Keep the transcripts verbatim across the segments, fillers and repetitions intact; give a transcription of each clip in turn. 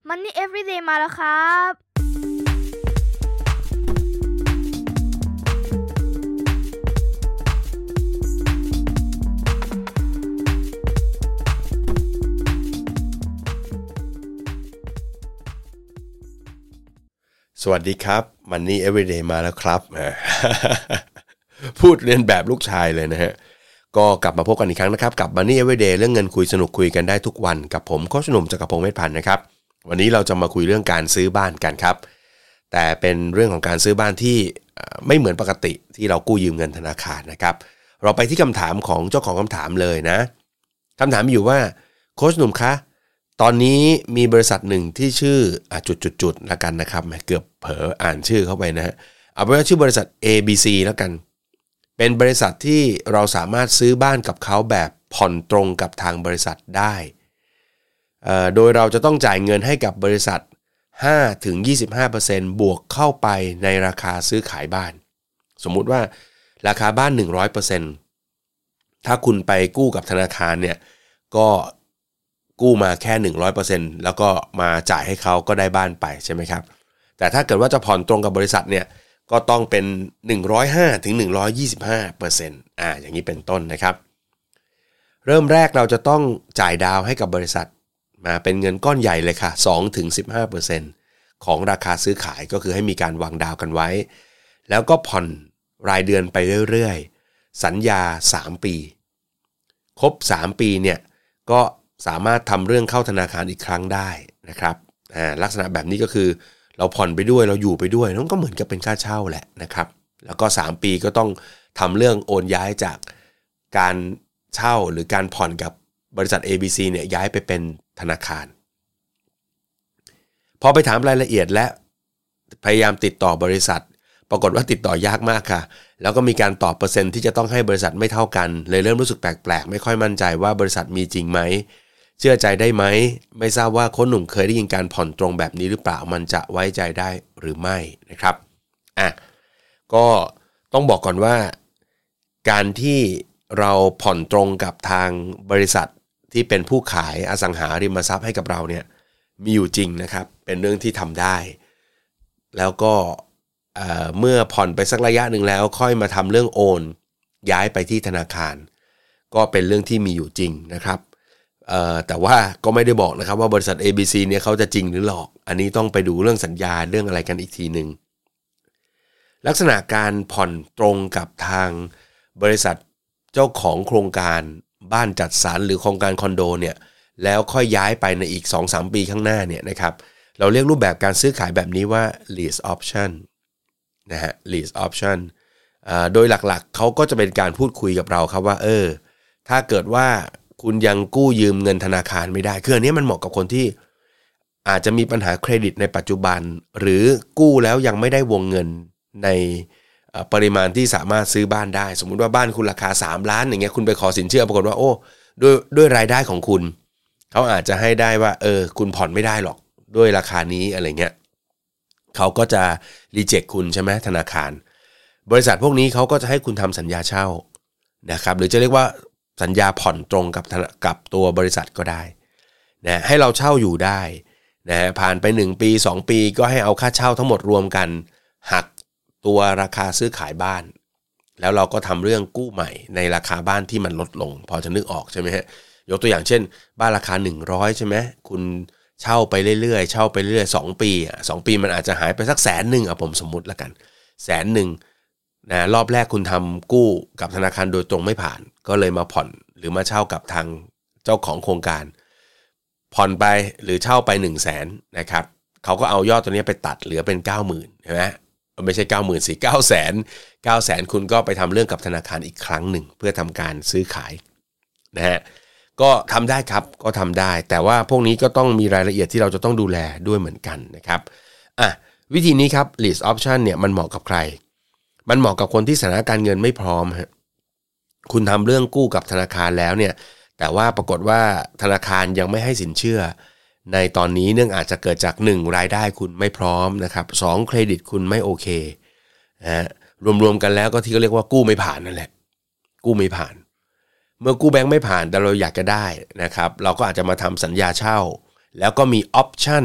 Money Everyday มาแล้วครับสวัสดีครับ Money Everyday มาแล้วครับ พูดเรียนแบบลูกชายเลยนะฮะก็กลับมาพบกันอีกครั้งนะครับกับ Money Everyday เรื่องเงินคุยสนุกคุยกันได้ทุกวันกับผมโค้ชหนุ่มจักรพงศ์เมธพันธ์นะครับวันนี้เราจะมาคุยเรื่องการซื้อบ้านกันครับแต่เป็นเรื่องของการซื้อบ้านที่ไม่เหมือนปกติที่เรากู้ยืมเงินธนาคารนะครับเราไปที่คำถามของเจ้าของคำถามเลยนะคำถามมีอยู่ว่าโค้ชหนุ่มคะตอนนี้มีบริษัทหนึ่งที่ชื่อจุดๆๆละกันนะครับเกือบเผลออ่านชื่อเข้าไปนะฮะเอาเป็นว่าชื่อบริษัท เอ บี ซี แล้วกันเป็นบริษัทที่เราสามารถซื้อบ้านกับเขาแบบผ่อนตรงกับทางบริษัทได้โดยเราจะต้องจ่ายเงินให้กับบริษัท ห้าถึงยี่สิบห้าเปอร์เซ็นต์ บวกเข้าไปในราคาซื้อขายบ้านสมมุติว่าราคาบ้าน หนึ่งร้อยเปอร์เซ็นต์ ถ้าคุณไปกู้กับธนาคารเนี่ยก็กู้มาแค่ หนึ่งร้อยเปอร์เซ็นต์ แล้วก็มาจ่ายให้เขาก็ได้บ้านไปใช่ไหมครับแต่ถ้าเกิดว่าจะผ่อนตรงกับบริษัทเนี่ยก็ต้องเป็น หนึ่งร้อยห้าถึงหนึ่งร้อยยี่สิบห้าเปอร์เซ็นต์ อ่าอย่างนี้เป็นต้นนะครับเริ่มแรกเราจะต้องจ่ายดาวให้กับบริษัทมาเป็นเงินก้อนใหญ่เลยค่ะ สองถึงสิบห้าเปอร์เซ็นต์ ของราคาซื้อขายก็คือให้มีการวางดาวกันไว้แล้วก็ผ่อนรายเดือนไปเรื่อยๆสัญญาสามปีครบสามปีเนี่ยก็สามารถทำเรื่องเข้าธนาคารอีกครั้งได้นะครับอ่าลักษณะแบบนี้ก็คือเราผ่อนไปด้วยเราอยู่ไปด้วยนั่นก็เหมือนกับเป็นค่าเช่าแหละนะครับแล้วก็สามปีก็ต้องทำเรื่องโอนย้ายจากการเช่าหรือการผ่อนกับบริษัท เอ บี ซี เนี่ยย้ายไปเป็นธนาคารพอไปถามรายละเอียดและพยายามติดต่อบริษัทปรากฏว่าติดต่อยากมากค่ะแล้วก็มีการตอบเปอร์เซ็นต์ที่จะต้องให้บริษัทไม่เท่ากันเลยเริ่มรู้สึกแปลกๆไม่ค่อยมั่นใจว่าบริษัทมีจริงไหมเชื่อใจได้ไหมไม่ทราบว่าโค้ชหนุ่มเคยได้ยินการผ่อนตรงแบบนี้หรือเปล่ามันจะไว้ใจได้หรือไม่นะครับอ่ะก็ต้องบอกก่อนว่าการที่เราผ่อนตรงกับทางบริษัทที่เป็นผู้ขายอสังหาริมทรัพย์ให้กับเราเนี่ยมีอยู่จริงนะครับเป็นเรื่องที่ทำได้แล้วก็เอ่อเมื่อผ่อนไปสักระยะหนึ่งแล้วค่อยมาทำเรื่องโอนย้ายไปที่ธนาคารก็เป็นเรื่องที่มีอยู่จริงนะครับเอ่อแต่ว่าก็ไม่ได้บอกนะครับว่าบริษัท เอ บี ซี เนี่ยเขาจะจริงหรือหลอกอันนี้ต้องไปดูเรื่องสัญญาเรื่องอะไรกันอีกทีนึงลักษณะการผ่อนตรงกับทางบริษัทเจ้าของโครงการบ้านจัดสรรหรือโครงการคอนโดเนี่ยแล้วค่อยย้ายไปในอีก สองถึงสาม ปีข้างหน้าเนี่ยนะครับเราเรียกรูปแบบการซื้อขายแบบนี้ว่า lease option นะฮะ lease option อ่าโดยหลักๆเขาก็จะเป็นการพูดคุยกับเราครับว่าเออถ้าเกิดว่าคุณยังกู้ยืมเงินธนาคารไม่ได้คืออันนี้มันเหมาะกับคนที่อาจจะมีปัญหาเครดิตในปัจจุบันหรือกู้แล้วยังไม่ได้วงเงินในปริมาณที่สามารถซื้อบ้านได้สมมุติว่าบ้านคุณราคาสามล้านอย่างเงี้ยคุณไปขอสินเชื่อปรากฏว่าโอ้ด้วยด้วยรายได้ของคุณเขาอาจจะให้ได้ว่าเออคุณผ่อนไม่ได้หรอกด้วยราคานี้อะไรเงี้ยเขาก็จะรีเจ็คคุณใช่ไหมธนาคารบริษัทพวกนี้เขาก็จะให้คุณทำสัญญาเช่านะครับหรือจะเรียกว่าสัญญาผ่อนตรงกับกับตัวบริษัทก็ได้นะให้เราเช่าอยู่ได้นะผ่านไปหนึ่งปีสองปีก็ให้เอาค่าเช่าทั้งหมดรวมกันหักตัวราคาซื้อขายบ้านแล้วเราก็ทำเรื่องกู้ใหม่ในราคาบ้านที่มันลดลงพอจะนึกออกใช่ไหมฮะยกตัวอย่างเช่นบ้านราคาหนึ่งร้อยใช่ไหมคุณเช่าไปเรื่อยๆเช่าไปเรื่อยๆสองปีอ่ะสองปีมันอาจจะหายไปสักแสนนึงอ่ะผมสมมุติละกันแสนนึงนะรอบแรกคุณทำกู้กับธนาคารโดยตรงไม่ผ่านก็เลยมาผ่อนหรือมาเช่ากับทางเจ้าของโครงการผ่อนไปหรือเช่าไปหนึ่งแสนนะครับเขาก็เอายอดตัวนี้ไปตัดเหลือเป็น เก้าหมื่น ใช่ไหมไม่ใช่ เก้าหมื่น สิ เก้าแสน เก้าแสนคุณก็ไปทำเรื่องกับธนาคารอีกครั้งหนึ่งเพื่อทำการซื้อขายนะฮะก็ทำได้ครับก็ทำได้แต่ว่าพวกนี้ก็ต้องมีรายละเอียดที่เราจะต้องดูแลด้วยเหมือนกันนะครับอ่ะวิธีนี้ครับ lease option เนี่ยมันเหมาะกับใครมันเหมาะกับคนที่สถานการณ์เงินไม่พร้อมฮะคุณทำเรื่องกู้กับธนาคารแล้วเนี่ยแต่ว่าปรากฏว่าธนาคารยังไม่ให้สินเชื่อในตอนนี้เนื่องอาจจะเกิดจากหนึ่งรายได้คุณไม่พร้อมนะครับสองเครดิตคุณไม่โอเคนะฮะรวมๆกันแล้วก็ที่เขาเรียกว่ากู้ไม่ผ่านนั่นแหละกู้ไม่ผ่านเมื่อกู้แบงค์ไม่ผ่านแต่เราอยากจะได้นะครับเราก็อาจจะมาทำสัญญาเช่าแล้วก็มีออปชั่น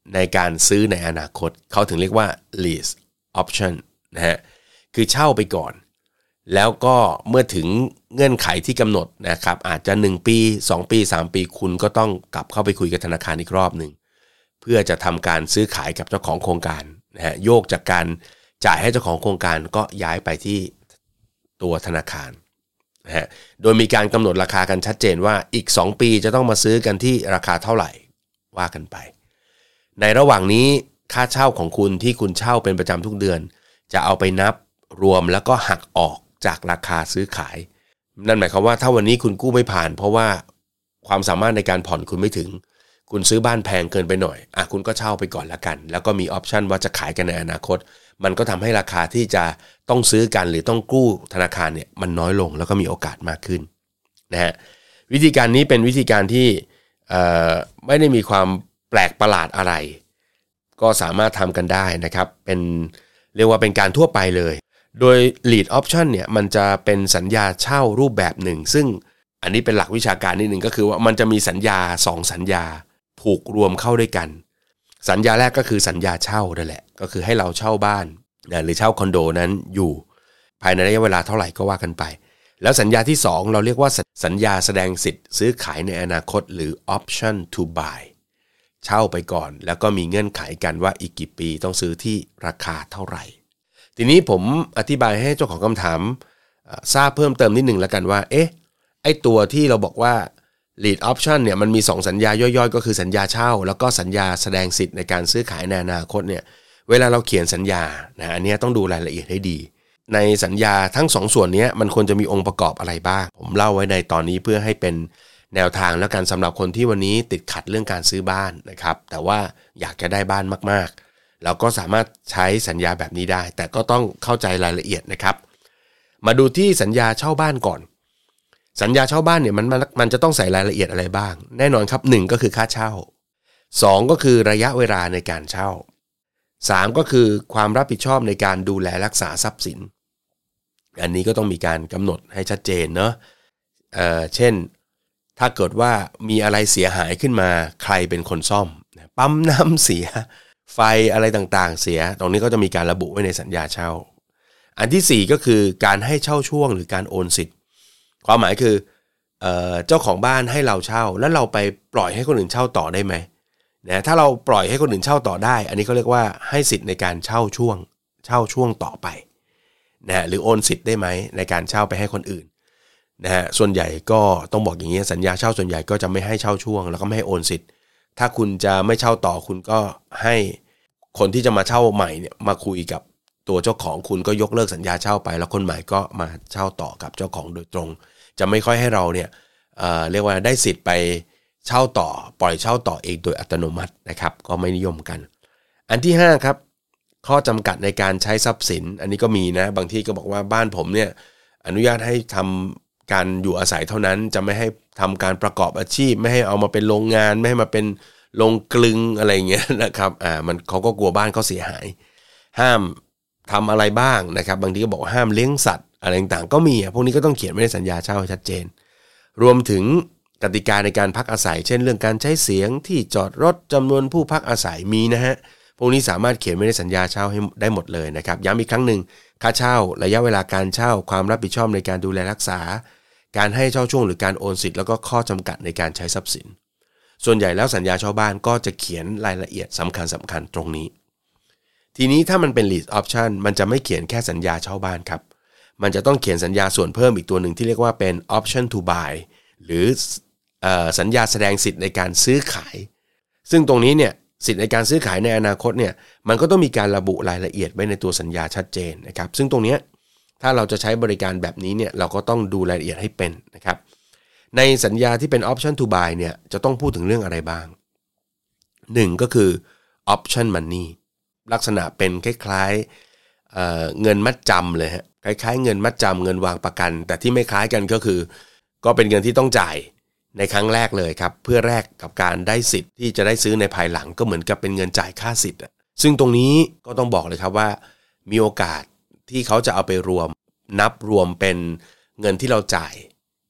ในการซื้อในอนาคตเขาถึงเรียกว่า lease option นะฮะคือเช่าไปก่อนแล้วก็เมื่อถึงเงื่อนไขที่กำหนดนะครับอาจจะหนึ่งปีสองปีสามปีคุณก็ต้องกลับเข้าไปคุยกับธนาคารอีกรอบหนึ่งเพื่อจะทำการซื้อขายกับเจ้าของโครงการนะฮะโยกจากการจ่ายให้เจ้าของโครงการก็ย้ายไปที่ตัวธนาคารนะฮะโดยมีการกำหนดราคากันชัดเจนว่าอีกสองปีจะต้องมาซื้อกันที่ราคาเท่าไหร่ว่ากันไปในระหว่างนี้ค่าเช่าของคุณที่คุณเช่าเป็นประจำทุกเดือนจะเอาไปนับรวมแล้วก็หักออกจากราคาซื้อขายนั่นหมายความว่าถ้าวันนี้คุณกู้ไม่ผ่านเพราะว่าความสามารถในการผ่อนคุณไม่ถึงคุณซื้อบ้านแพงเกินไปหน่อยอ่ะคุณก็เช่าไปก่อนละกันแล้วก็มีออปชันว่าจะขายกันในอนาคตมันก็ทำให้ราคาที่จะต้องซื้อกันหรือต้องกู้ธนาคารเนี่ยมันน้อยลงแล้วก็มีโอกาสมากขึ้นนะฮะวิธีการนี้เป็นวิธีการที่ไม่ได้มีความแปลกประหลาดอะไรก็สามารถทำกันได้นะครับเป็นเรียกว่าเป็นการทั่วไปเลยโดย lead option เนี่ยมันจะเป็นสัญญาเช่ารูปแบบหนึ่งซึ่งอันนี้เป็นหลักวิชาการนิดหนึ่งก็คือว่ามันจะมีสัญญาสองสัญญาผูกรวมเข้าด้วยกันสัญญาแรกก็คือสัญญาเช่านั่นแหละก็คือให้เราเช่าบ้านนะหรือเช่าคอนโดนั้นอยู่ภายในระยะเวลาเท่าไหร่ก็ว่ากันไปแล้วสัญญาที่สองเราเรียกว่าสัญญาแสดงสิทธิ์ซื้อขายในอนาคตหรือ option to buy เช่าไปก่อนแล้วก็มีเงื่อนไขกันว่าอีกกี่ปีต้องซื้อที่ราคาเท่าไหร่ทีนี้ผมอธิบายให้เจ้าของคำถามทราบเพิ่มเติมนิดหนึ่งแล้วกันว่าเอ๊ะไอตัวที่เราบอกว่า lead option เนี่ยมันมีสองสัญญาย่อยๆก็คือสัญญาเช่าแล้วก็สัญญาแสดงสิทธิ์ในการซื้อขายในอนาคตเนี่ยเวลาเราเขียนสัญญานะอันนี้ต้องดูรายละเอียดให้ดีในสัญญาทั้งสองส่วนนี้มันควรจะมีองค์ประกอบอะไรบ้างผมเล่าไว้ในตอนนี้เพื่อให้เป็นแนวทางแล้วกันสำหรับคนที่วันนี้ติดขัดเรื่องการซื้อบ้านนะครับแต่ว่าอยากจะได้บ้านมากๆเราก็สามารถใช้สัญญาแบบนี้ได้แต่ก็ต้องเข้าใจรายละเอียดนะครับมาดูที่สัญญาเช่าบ้านก่อนสัญญาเช่าบ้านเนี่ยมันมันมันจะต้องใส่รายละเอียดอะไรบ้างแน่นอนครับหนึ่งก็คือค่าเช่าสองก็คือระยะเวลาในการเช่าสามก็คือความรับผิดชอบในการดูแลรักษาทรัพย์สินอันนี้ก็ต้องมีการกำหนดให้ชัดเจนเนาะเอ่อเช่นถ้าเกิดว่ามีอะไรเสียหายขึ้นมาใครเป็นคนซ่อมปั๊มน้ำเสียไฟอะไรต่างๆเสียตรงนี้ก็จะมีการระบุไว้ในสัญญาเช่าอันที่สี่ก็คือการให้เช่าช่วงหรือการโอนสิทธิ์ความหมายคือเอ่อเจ้าของบ้านให้เราเช่าแล้วเราไปปล่อยให้คนอื่นเช่าต่อได้ไหมนะถ้าเราปล่อยให้คนอื่นเช่าต่อได้อันนี้เขาเรียกว่าให้สิทธิ์ในการเช่าช่วงเช่าช่วงต่อไปนะหรือโอนสิทธิ์ได้ไหมในการเช่าไปให้คนอื่นนะฮะส่วนใหญ่ก็ต้องบอกอย่างนี้สัญญาเช่าส่วนใหญ่ก็จะไม่ให้เช่าช่วงแล้วก็ไม่ให้โอนสิทธิ์ถ้าคุณจะไม่เช่าต่อคุณก็ให้คนที่จะมาเช่าใหม่เนี่ยมาคุยกับตัวเจ้าของคุณก็ยกเลิกสัญญาเช่าไปแล้วคนใหม่ก็มาเช่าต่อกับเจ้าของโดยตรงจะไม่ค่อยให้เราเนี่ย เอ่อ เรียกว่าได้สิทธิ์ไปเช่าต่อปล่อยเช่าต่อเองโดยอัตโนมัตินะครับก็ไม่นิยมกันอันที่ห้าครับข้อจำกัดในการใช้ทรัพย์สินอันนี้ก็มีนะบางที่ก็บอกว่าบ้านผมเนี่ยอนุญาตให้ทำการอยู่อาศัยเท่านั้นจะไม่ให้ทำการประกอบอาชีพไม่ให้เอามาเป็นโรงงานไม่ให้มาเป็นโรงกลึงอะไรเงี้ยนะครับอ่ามันเขาก็กลัวบ้านเขาเสียหายห้ามทำอะไรบ้างนะครับบางทีก็บอกห้ามเลี้ยงสัตว์อะไรต่างๆก็มีพวกนี้ก็ต้องเขียนไว้ในสัญญาเช่าชัดเจนรวมถึงกติกาในการพักอาศัยเช่นเรื่องการใช้เสียงที่จอดรถจำนวนผู้พักอาศัยมีนะฮะพวกนี้สามารถเขียนไว้ในสัญญาเช่าให้ได้หมดเลยนะครับย้ำอีกครั้งหนึ่งค่าเช่าระยะเวลาการเช่าความรับผิดชอบในการดูแลรักษาการให้เช่าช่วงหรือการโอนสิทธิ์แล้วก็ข้อจำกัดในการใช้ทรัพย์สินส่วนใหญ่แล้วสัญญาเช่าบ้านก็จะเขียนรายละเอียดสำคัญสำคัญตรงนี้ทีนี้ถ้ามันเป็น lease option มันจะไม่เขียนแค่สัญญาเช่าบ้านครับมันจะต้องเขียนสัญญาส่วนเพิ่มอีกตัวหนึ่งที่เรียกว่าเป็น option to buy หรือสัญญาแสดงสิทธิ์ในการซื้อขายซึ่งตรงนี้เนี่ยสิทธิ์ในการซื้อขายในอนาคตเนี่ยมันก็ต้องมีการระบุรายละเอียดไว้ในตัวสัญญาชัดเจนนะครับซึ่งตรงนี้ถ้าเราจะใช้บริการแบบนี้เนี่ยเราก็ต้องดูรายละเอียดให้เป็นนะครับในสัญญาที่เป็น option to buy เนี่ยจะต้องพูดถึงเรื่องอะไรบ้างหนึ่งก็คือ option money ลักษณะเป็นคล้ายๆ เอ่อ เงินมัดจำเลยฮะคล้ายๆเงินมัดจำเงินวางประกันแต่ที่ไม่คล้ายกันก็คือก็เป็นเงินที่ต้องจ่ายในครั้งแรกเลยครับเพื่อแลกกับการได้สิทธิ์ที่จะได้ซื้อในภายหลังก็เหมือนกับเป็นเงินจ่ายค่าสิทธิ์ซึ่งตรงนี้ก็ต้องบอกเลยครับว่ามีโอกาสที่เขาจะเอาไปรวมนับรวมเป็นเงินที่เราจ่าย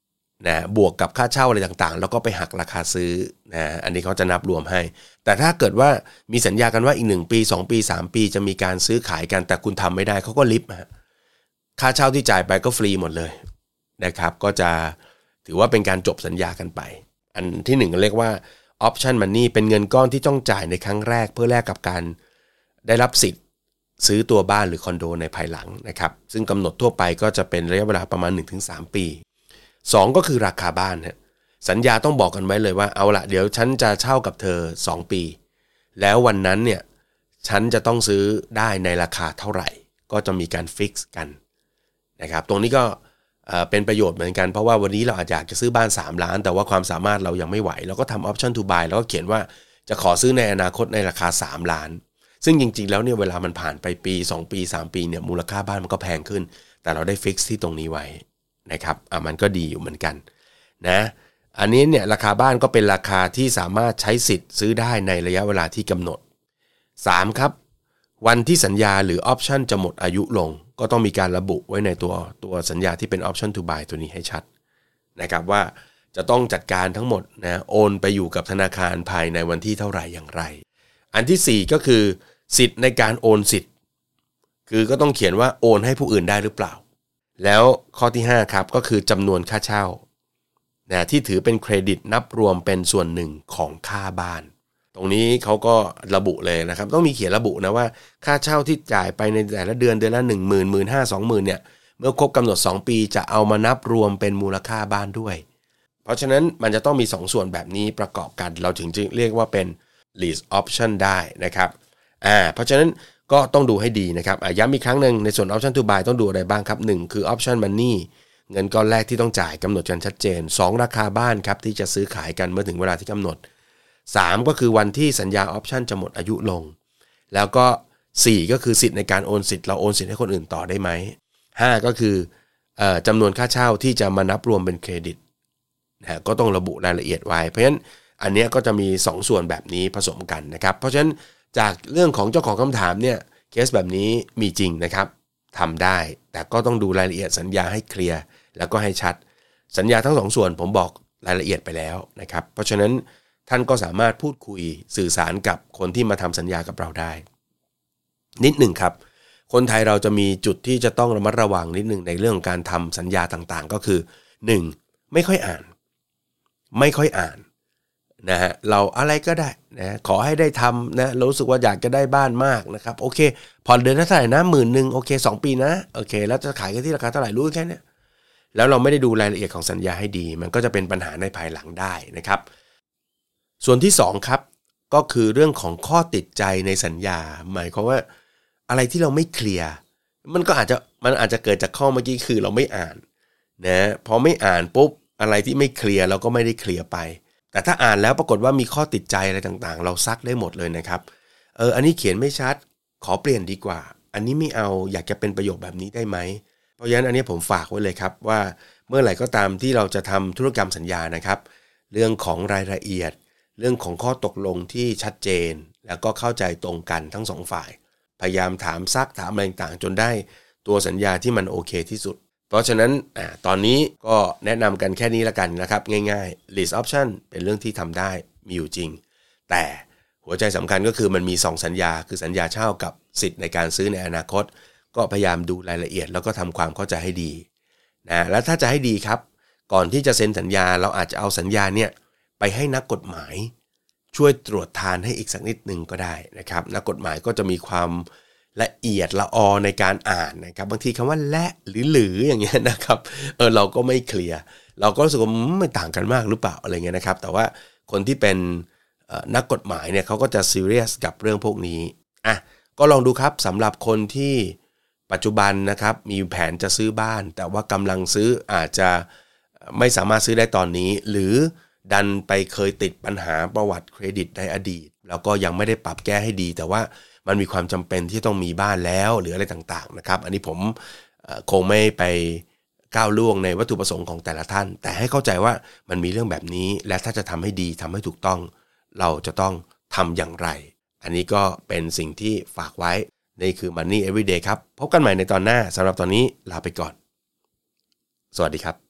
นะบวกกับค่าเช่าอะไรต่างๆแล้วก็ไปหักราคาซื้อนะอันนี้เขาจะนับรวมให้แต่ถ้าเกิดว่ามีสัญญากันว่าอีกหนึ่งปีสองปีสามปีจะมีการซื้อขายกันแต่คุณทำไม่ได้เขาก็ลิฟต์ฮะค่าเช่าที่จ่ายไปก็ฟรีหมดเลยนะครับก็จะถือว่าเป็นการจบสัญญากันไปอันที่หนึ่งเรียกว่า option money เป็นเงินก้อนที่ต้องจ่ายในครั้งแรกเพื่อแลกกับการได้รับสิทธิ์ซื้อตัวบ้านหรือคอนโดในภายหลังนะครับซึ่งกำหนดทั่วไปก็จะเป็นระยะเวลาประมาณ หนึ่งถึงสาม ปีสองก็คือราคาบ้านฮะสัญญาต้องบอกกันไว้เลยว่าเอาละเดี๋ยวฉันจะเช่ากับเธอสองปีแล้ววันนั้นเนี่ยฉันจะต้องซื้อได้ในราคาเท่าไหร่ก็จะมีการฟิกซ์กันนะครับตรงนี้ก็เป็นประโยชน์เหมือนกันเพราะว่าวันนี้เราอาจจะซื้อบ้านสามล้านแต่ว่าความสามารถเรายังไม่ไหวเราก็ทำ option to buy แล้วก็เขียนว่าจะขอซื้อในอนาคตในราคาสามล้านซึ่งจริงๆแล้วเนี่ยเวลามันผ่านไปปีสองปีสามปีเนี่ยมูลค่าบ้านมันก็แพงขึ้นแต่เราได้ฟิกซ์ที่ตรงนี้ไว้นะครับอ่ะมันก็ดีอยู่เหมือนกันนะอันนี้เนี่ยราคาบ้านก็เป็นราคาที่สามารถใช้สิทธิ์ซื้อได้ในระยะเวลาที่กำหนดสามครับวันที่สัญญาหรือออปชั่นจะหมดอายุลงก็ต้องมีการระบุไว้ในตัวตัวสัญญาที่เป็น option to buy ตัวนี้ให้ชัดนะครับว่าจะต้องจัดการทั้งหมดนะโอนไปอยู่กับธนาคารภายในวันที่เท่าไหร่อย่างไรอันที่สี่ก็คือสิทธิ์ในการโอนสิทธิ์คือก็ต้องเขียนว่าโอนให้ผู้อื่นได้หรือเปล่าแล้วข้อที่ห้าครับก็คือจำนวนค่าเช่านะที่ถือเป็นเครดิตนับรวมเป็นส่วนหนึ่งของค่าบ้านตรงนี้เขาก็ระบุเลยนะครับต้องมีเขียนระบุนะว่าค่าเช่าที่จ่ายไปในแต่ละเดือนเดือนละ หนึ่งหมื่น หนึ่งหมื่นห้าพัน สองหมื่น เนี่ยเมื่อครบกำหนดสองปีจะเอามานับรวมเป็นมูลค่าบ้านด้วยเพราะฉะนั้นมันจะต้องมีสองส่วนแบบนี้ประกอบกันเราถึงจะเรียกว่าเป็น lease option ได้นะครับอ่าเพราะฉะนั้นก็ต้องดูให้ดีนะครับอ่ะย้ำอีกครั้งนึงในส่วน option to buy ต้องดูอะไรบ้างครับหนึ่งคือ option money เงินก้อนแรกที่ต้องจ่ายกำหนดกันชัดเจนสองราคาบ้านครับที่จะซื้อขายกันเมื่อถึงเวลาที่กำหนดสามก็คือวันที่สัญญาออปชั่นจะหมดอายุลงแล้วก็สี่ก็คือสิทธิ์ในการโอนสิทธิ์เราโอนสิทธิ์ให้คนอื่นต่อได้ไหมห้าก็คือเอ่อจำนวนค่าเช่าที่จะมานับรวมเป็นเครดิตนะก็ต้องระบุรายละเอียดไว้เพราะฉะนั้นอันนี้ก็จะมีสองส่วนแบบนี้ผสมกันนะครับเพราะฉะนั้นจากเรื่องของเจ้าของคำถามเนี่ยเคสแบบนี้มีจริงนะครับทำได้แต่ก็ต้องดูรายละเอียดสัญญาให้เคลียร์แล้วก็ให้ชัดสัญญาทั้งสองส่วนผมบอกรายละเอียดไปแล้วนะครับเพราะฉะนั้นท่านก็สามารถพูดคุยสื่อสารกับคนที่มาทำสัญญากับเราได้นิดหนึ่งครับคนไทยเราจะมีจุดที่จะต้องระมัดระวังนิดหนึ่งในเรื่องของการทำสัญญาต่างๆก็คือหนึ่งไม่ค่อยอ่านไม่ค่อยอ่านนะฮะเราอะไรก็ได้นะขอให้ได้ทำนะรู้สึกว่าอยากจะได้บ้านมากนะครับโอเคผ่อนเดือนเท่าไหร่นะหมื่นนึงโอเคสองปีนะโอเคแล้วจะขายกันที่ราคาเท่าไหร่รู้แค่นี้แล้วเราไม่ได้ดูรายละเอียดของสัญญาให้ดีมันก็จะเป็นปัญหาในภายหลังได้นะครับส่วนที่สองครับก็คือเรื่องของข้อติดใจในสัญญาหมายความว่าอะไรที่เราไม่เคลียร์มันก็อาจจะมันอาจจะเกิดจากข้อเมื่อกี้คือเราไม่อ่านนะพอไม่อ่านปุ๊บอะไรที่ไม่เคลียร์เราก็ไม่ได้เคลียร์ไปแต่ถ้าอ่านแล้วปรากฏว่ามีข้อติดใจอะไรต่างๆเราซักได้หมดเลยนะครับเอออันนี้เขียนไม่ชัดขอเปลี่ยนดีกว่าอันนี้ไม่เอาอยากจะเป็นประโยคแบบนี้ได้ไหมเพราะฉะนั้นอันนี้ผมฝากไว้เลยครับว่าเมื่อไหร่ก็ตามที่เราจะทำธุรกรรมสัญญานะครับเรื่องของรายละเอียดเรื่องของข้อตกลงที่ชัดเจนแล้วก็เข้าใจตรงกันทั้งสองฝ่ายพยายามถามซักถามอะไรต่างๆจนได้ตัวสัญญาที่มันโอเคที่สุดเพราะฉะนั้นอ่าตอนนี้ก็แนะนำกันแค่นี้ละกันนะครับง่ายๆ lease option เป็นเรื่องที่ทำได้มีอยู่จริงแต่หัวใจสำคัญก็คือมันมีสองสัญญาคือสัญญาเช่ากับสิทธิ์ในการซื้อในอนาคตก็พยายามดูรายละเอียดแล้วก็ทำความเข้าใจให้ดีนะแล้วถ้าจะให้ดีครับก่อนที่จะเซ็นสัญญาเราอาจจะเอาสัญญาเนี่ยไปให้นักกฎหมายช่วยตรวจทานให้อีกสักนิดนึงก็ได้นะครับนักกฎหมายก็จะมีความละเอียดละออในการอ่านนะครับบางทีคำว่าและหรือหรืออย่างเงี้ยนะครับเออเราก็ไม่เคลียร์เราก็รู้สึกว่าไม่ต่างกันมากหรือเปล่าอะไรเงี้ยนะครับแต่ว่าคนที่เป็นนักกฎหมายเนี่ยเขาก็จะซีเรียสกับเรื่องพวกนี้อ่ะก็ลองดูครับสำหรับคนที่ปัจจุบันนะครับมีแผนจะซื้อบ้านแต่ว่ากำลังซื้ออาจจะไม่สามารถซื้อได้ตอนนี้หรือดันไปเคยติดปัญหาประวัติเครดิตในอดีตแล้วก็ยังไม่ได้ปรับแก้ให้ดีแต่ว่ามันมีความจำเป็นที่ต้องมีบ้านแล้วหรืออะไรต่างๆนะครับอันนี้ผมคงไม่ไปก้าวล่วงในวัตถุประสงค์ของแต่ละท่านแต่ให้เข้าใจว่ามันมีเรื่องแบบนี้และถ้าจะทำให้ดีทำให้ถูกต้องเราจะต้องทำอย่างไรอันนี้ก็เป็นสิ่งที่ฝากไว้นี่คือ Money Everyday ครับพบกันใหม่ในตอนหน้าสำหรับตอนนี้ลาไปก่อนสวัสดีครับ